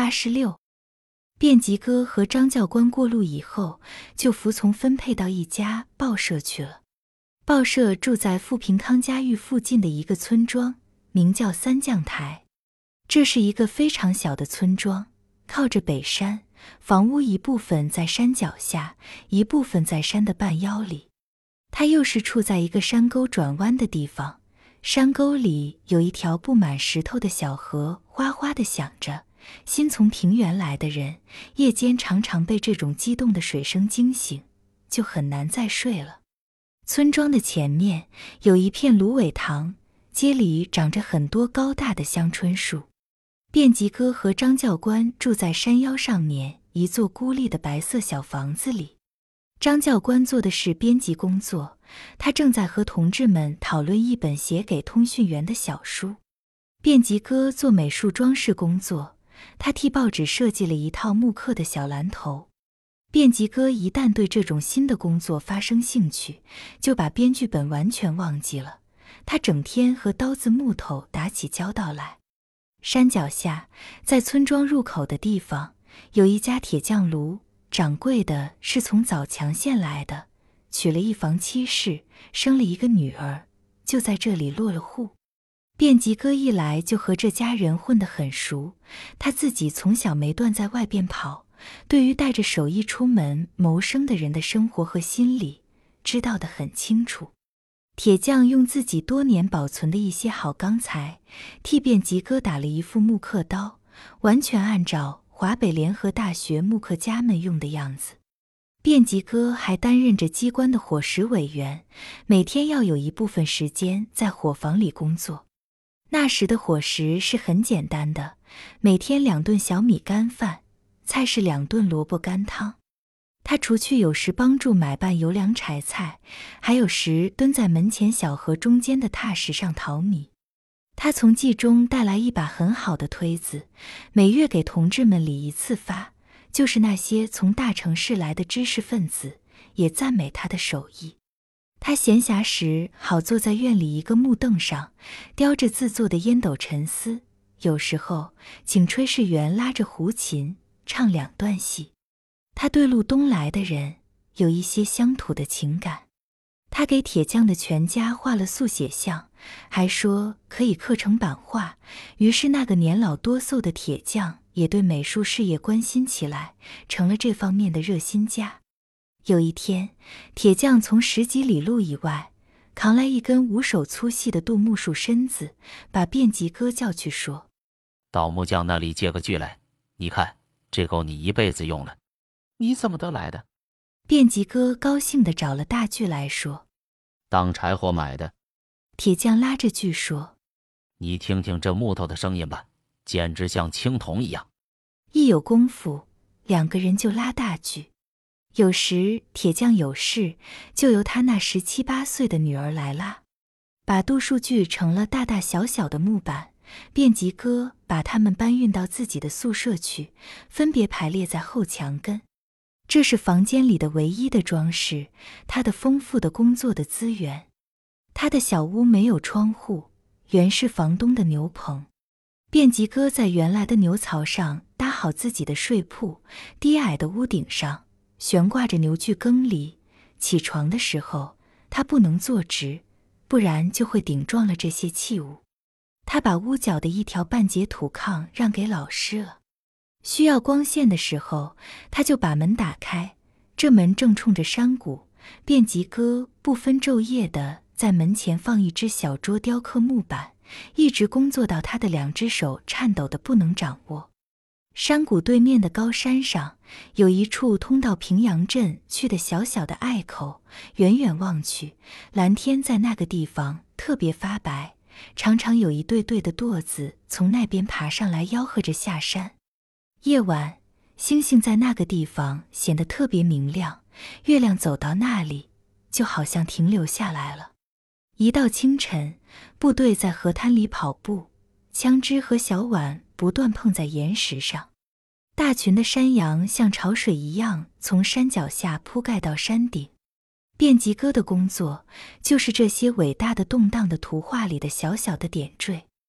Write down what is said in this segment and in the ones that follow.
86。便吉哥和张教官过路以后，就服从分配到一家报社去了。报社住在富平康家峪附近的一个村庄，名叫三将台。这是一个非常小的村庄，靠着北山，房屋一部分在山脚下，一部分在山的半腰里。它又是处在一个山沟转弯的地方，山沟里有一条布满石头的小河，哗哗地响着。新从平原来的人，夜间常常被这种激动的水声惊醒，就很难再睡了。村庄的前面有一片芦苇塘，街里长着很多高大的香椿树。便吉哥和张教官住在山腰上面一座孤立的白色小房子里。张教官做的是编辑工作，他正在和同志们讨论一本写给通讯员的小书。便吉哥做美术装饰工作，他替报纸设计了一套木刻的小蓝头。便吉哥一旦对这种新的工作发生兴趣，就把编剧本完全忘记了。他整天和刀子木头打起交道来。山脚下，在村庄入口的地方，有一家铁匠炉，掌柜的是从枣强县来的，娶了一房妻室，生了一个女儿，就在这里落了户。便吉哥一来就和这家人混得很熟，他自己从小没断在外边跑，对于带着手艺出门谋生的人的生活和心理，知道得很清楚。铁匠用自己多年保存的一些好钢材，替便吉哥打了一副木刻刀，完全按照华北联合大学木刻家们用的样子。便吉哥还担任着机关的伙食委员，每天要有一部分时间在伙房里工作。那时的伙食是很简单的，每天2顿小米干饭，菜是2顿萝卜干汤。他除去有时帮助买办油粮柴菜，还有时蹲在门前小河中间的踏石上淘米。他从冀中带来一把很好的推子，每月给同志们理一次发，就是那些从大城市来的知识分子也赞美他的手艺。他闲暇时好坐在院里一个木凳上，叼着自做的烟斗沉思，有时候请炊事员拉着胡琴唱2段戏。他对路东来的人有一些乡土的情感。他给铁匠的全家画了速写像，还说可以刻成版画，于是那个年老多寿的铁匠也对美术事业关心起来，成了这方面的热心家。有一天，铁匠从10几里路以外扛来一根5手粗细的杜木树身子，把便吉哥叫去说： 到木匠那里借个锯来，你看这够你一辈子用了。你怎么得来的？ 便吉哥高兴地找了大锯来说： 当柴火买的。 铁匠拉着锯说： 你听听这木头的声音吧，简直像青铜一样。 一有功夫，2个人就拉大锯。有时铁匠有事，就由他那17、18岁的女儿来拉，把杜树锯成了大大小小的木板。便吉哥把它们搬运到自己的宿舍去，分别排列在后墙根。这是房间里的唯一的装饰，他的丰富的工作的资源。他的小屋没有窗户，原是房东的牛棚。便吉哥在原来的牛槽上搭好自己的睡铺，低矮的屋顶上悬挂着牛具更犁。起床的时候，他不能坐直，不然就会顶撞了这些器物。他把屋角的一条半截土炕让给老师了。需要光线的时候，他就把门打开，这门正冲着山谷。便吉哥不分昼夜地在门前放一只小桌雕刻木板，一直工作到他的2只手颤抖得不能掌握。山谷对面的高山上有一处通到平阳镇去的小小的隘口，远远望去，蓝天在那个地方特别发白，常常有一对对的舵子从那边爬上来吆喝着下山。夜晚，星星在那个地方显得特别明亮，月亮走到那里就好像停留下来了。一到清晨，部队在河滩里跑步，枪支和小碗不断碰在岩石上。大群的山羊像潮水一样从山脚下铺盖到山顶。便吉哥的工作就是这些伟大的动荡的图画里的小小的点缀。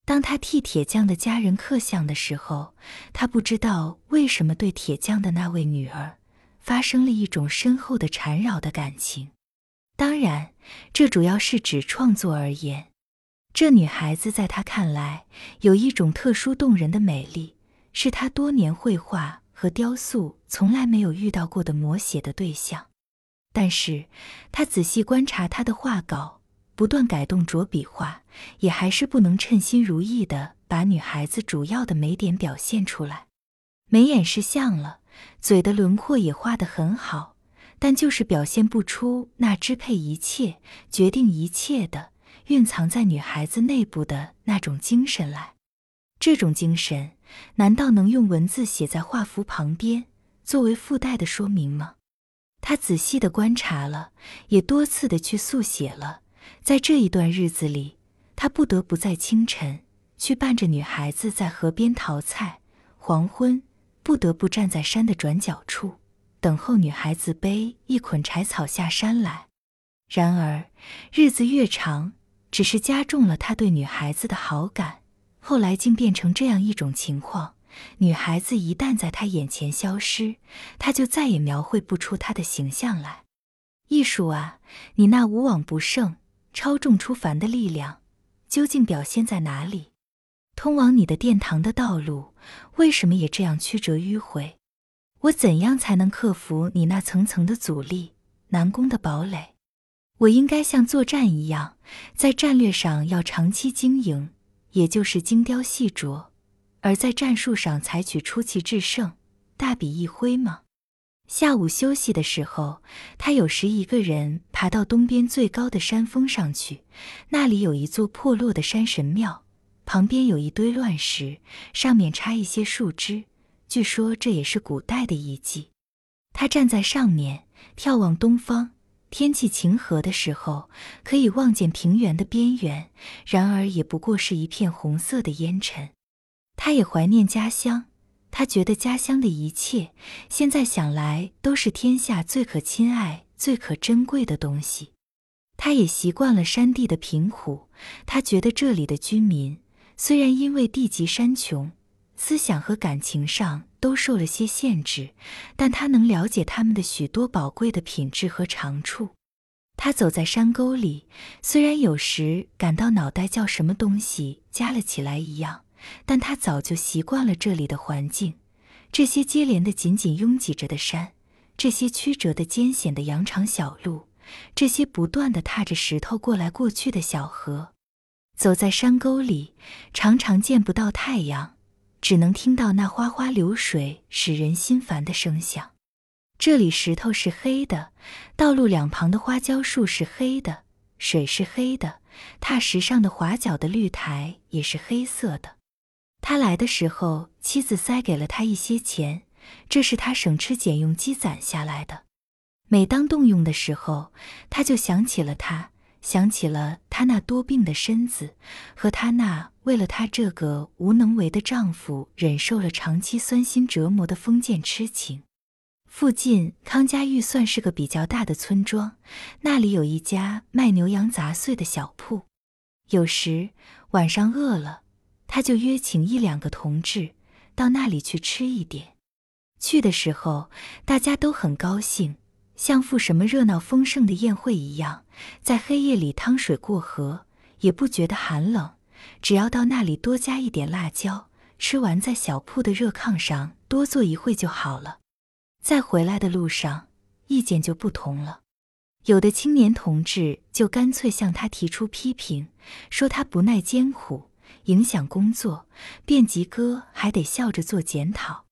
当他替铁匠的家人刻像的时候，他不知道为什么对铁匠的那位女儿发生了一种深厚的缠绕的感情。当然，这主要是指创作而言。这女孩子在他看来有一种特殊动人的美丽，是他多年绘画和雕塑从来没有遇到过的摹写的对象。但是他仔细观察她的画稿，不断改动着笔画，也还是不能称心如意地把女孩子主要的美点表现出来。眉眼是像了，嘴的轮廓也画得很好，但就是表现不出那支配一切、决定一切的、蕴藏在女孩子内部的那种精神来。这种精神，难道能用文字写在画幅旁边，作为附带的说明吗？他仔细地观察了，也多次地去速写了。在这一段日子里，他不得不在清晨去伴着女孩子在河边淘菜，黄昏不得不站在山的转角处，等候女孩子背一捆柴草下山来。然而日子越长，只是加重了他对女孩子的好感，后来竟变成这样一种情况，女孩子一旦在他眼前消失，他就再也描绘不出她的形象来。艺术啊，你那无往不胜、超众出凡的力量，究竟表现在哪里？通往你的殿堂的道路，为什么也这样曲折迂回？我怎样才能克服你那层层的阻力、难攻的堡垒？我应该像作战一样，在战略上要长期经营，也就是精雕细琢，而在战术上采取出奇制胜、大笔一挥吗？下午休息的时候，他有时一个人爬到东边最高的山峰上去，那里有一座破落的山神庙，旁边有一堆乱石，上面插一些树枝，据说这也是古代的遗迹。他站在上面，眺望东方，天气晴和的时候，可以望见平原的边缘，然而也不过是一片红色的烟尘。他也怀念家乡，他觉得家乡的一切，现在想来都是天下最可亲爱、最可珍贵的东西。他也习惯了山地的贫苦，他觉得这里的居民，虽然因为地极山穷，思想和感情上都受了些限制，但他能了解他们的许多宝贵的品质和长处。他走在山沟里，虽然有时感到脑袋叫什么东西夹了起来一样，但他早就习惯了这里的环境，这些接连的紧紧拥挤着的山，这些曲折的艰险的羊肠小路，这些不断地踏着石头过来过去的小河。走在山沟里，常常见不到太阳，只能听到那哗哗流水使人心烦的声响。这里石头是黑的，道路两旁的花椒树是黑的，水是黑的，踏石上的滑脚的绿苔也是黑色的。他来的时候，妻子塞给了他一些钱，这是他省吃俭用积攒下来的。每当动用的时候，他就想起了他，想起了他那多病的身子，和他那为了他这个无能为的丈夫忍受了长期酸辛折磨的封建痴情。附近康家峪算是个比较大的村庄，那里有一家卖牛羊杂碎的小铺。有时晚上饿了，他就约请一两个同志到那里去吃一点。去的时候大家都很高兴，像赴什么热闹丰盛的宴会一样，在黑夜里趟水过河，也不觉得寒冷，只要到那里多加一点辣椒，吃完在小铺的热炕上多坐一会就好了。在回来的路上，意见就不同了。有的青年同志就干脆向他提出批评，说他不耐艰苦，影响工作，便吉哥还得笑着做检讨。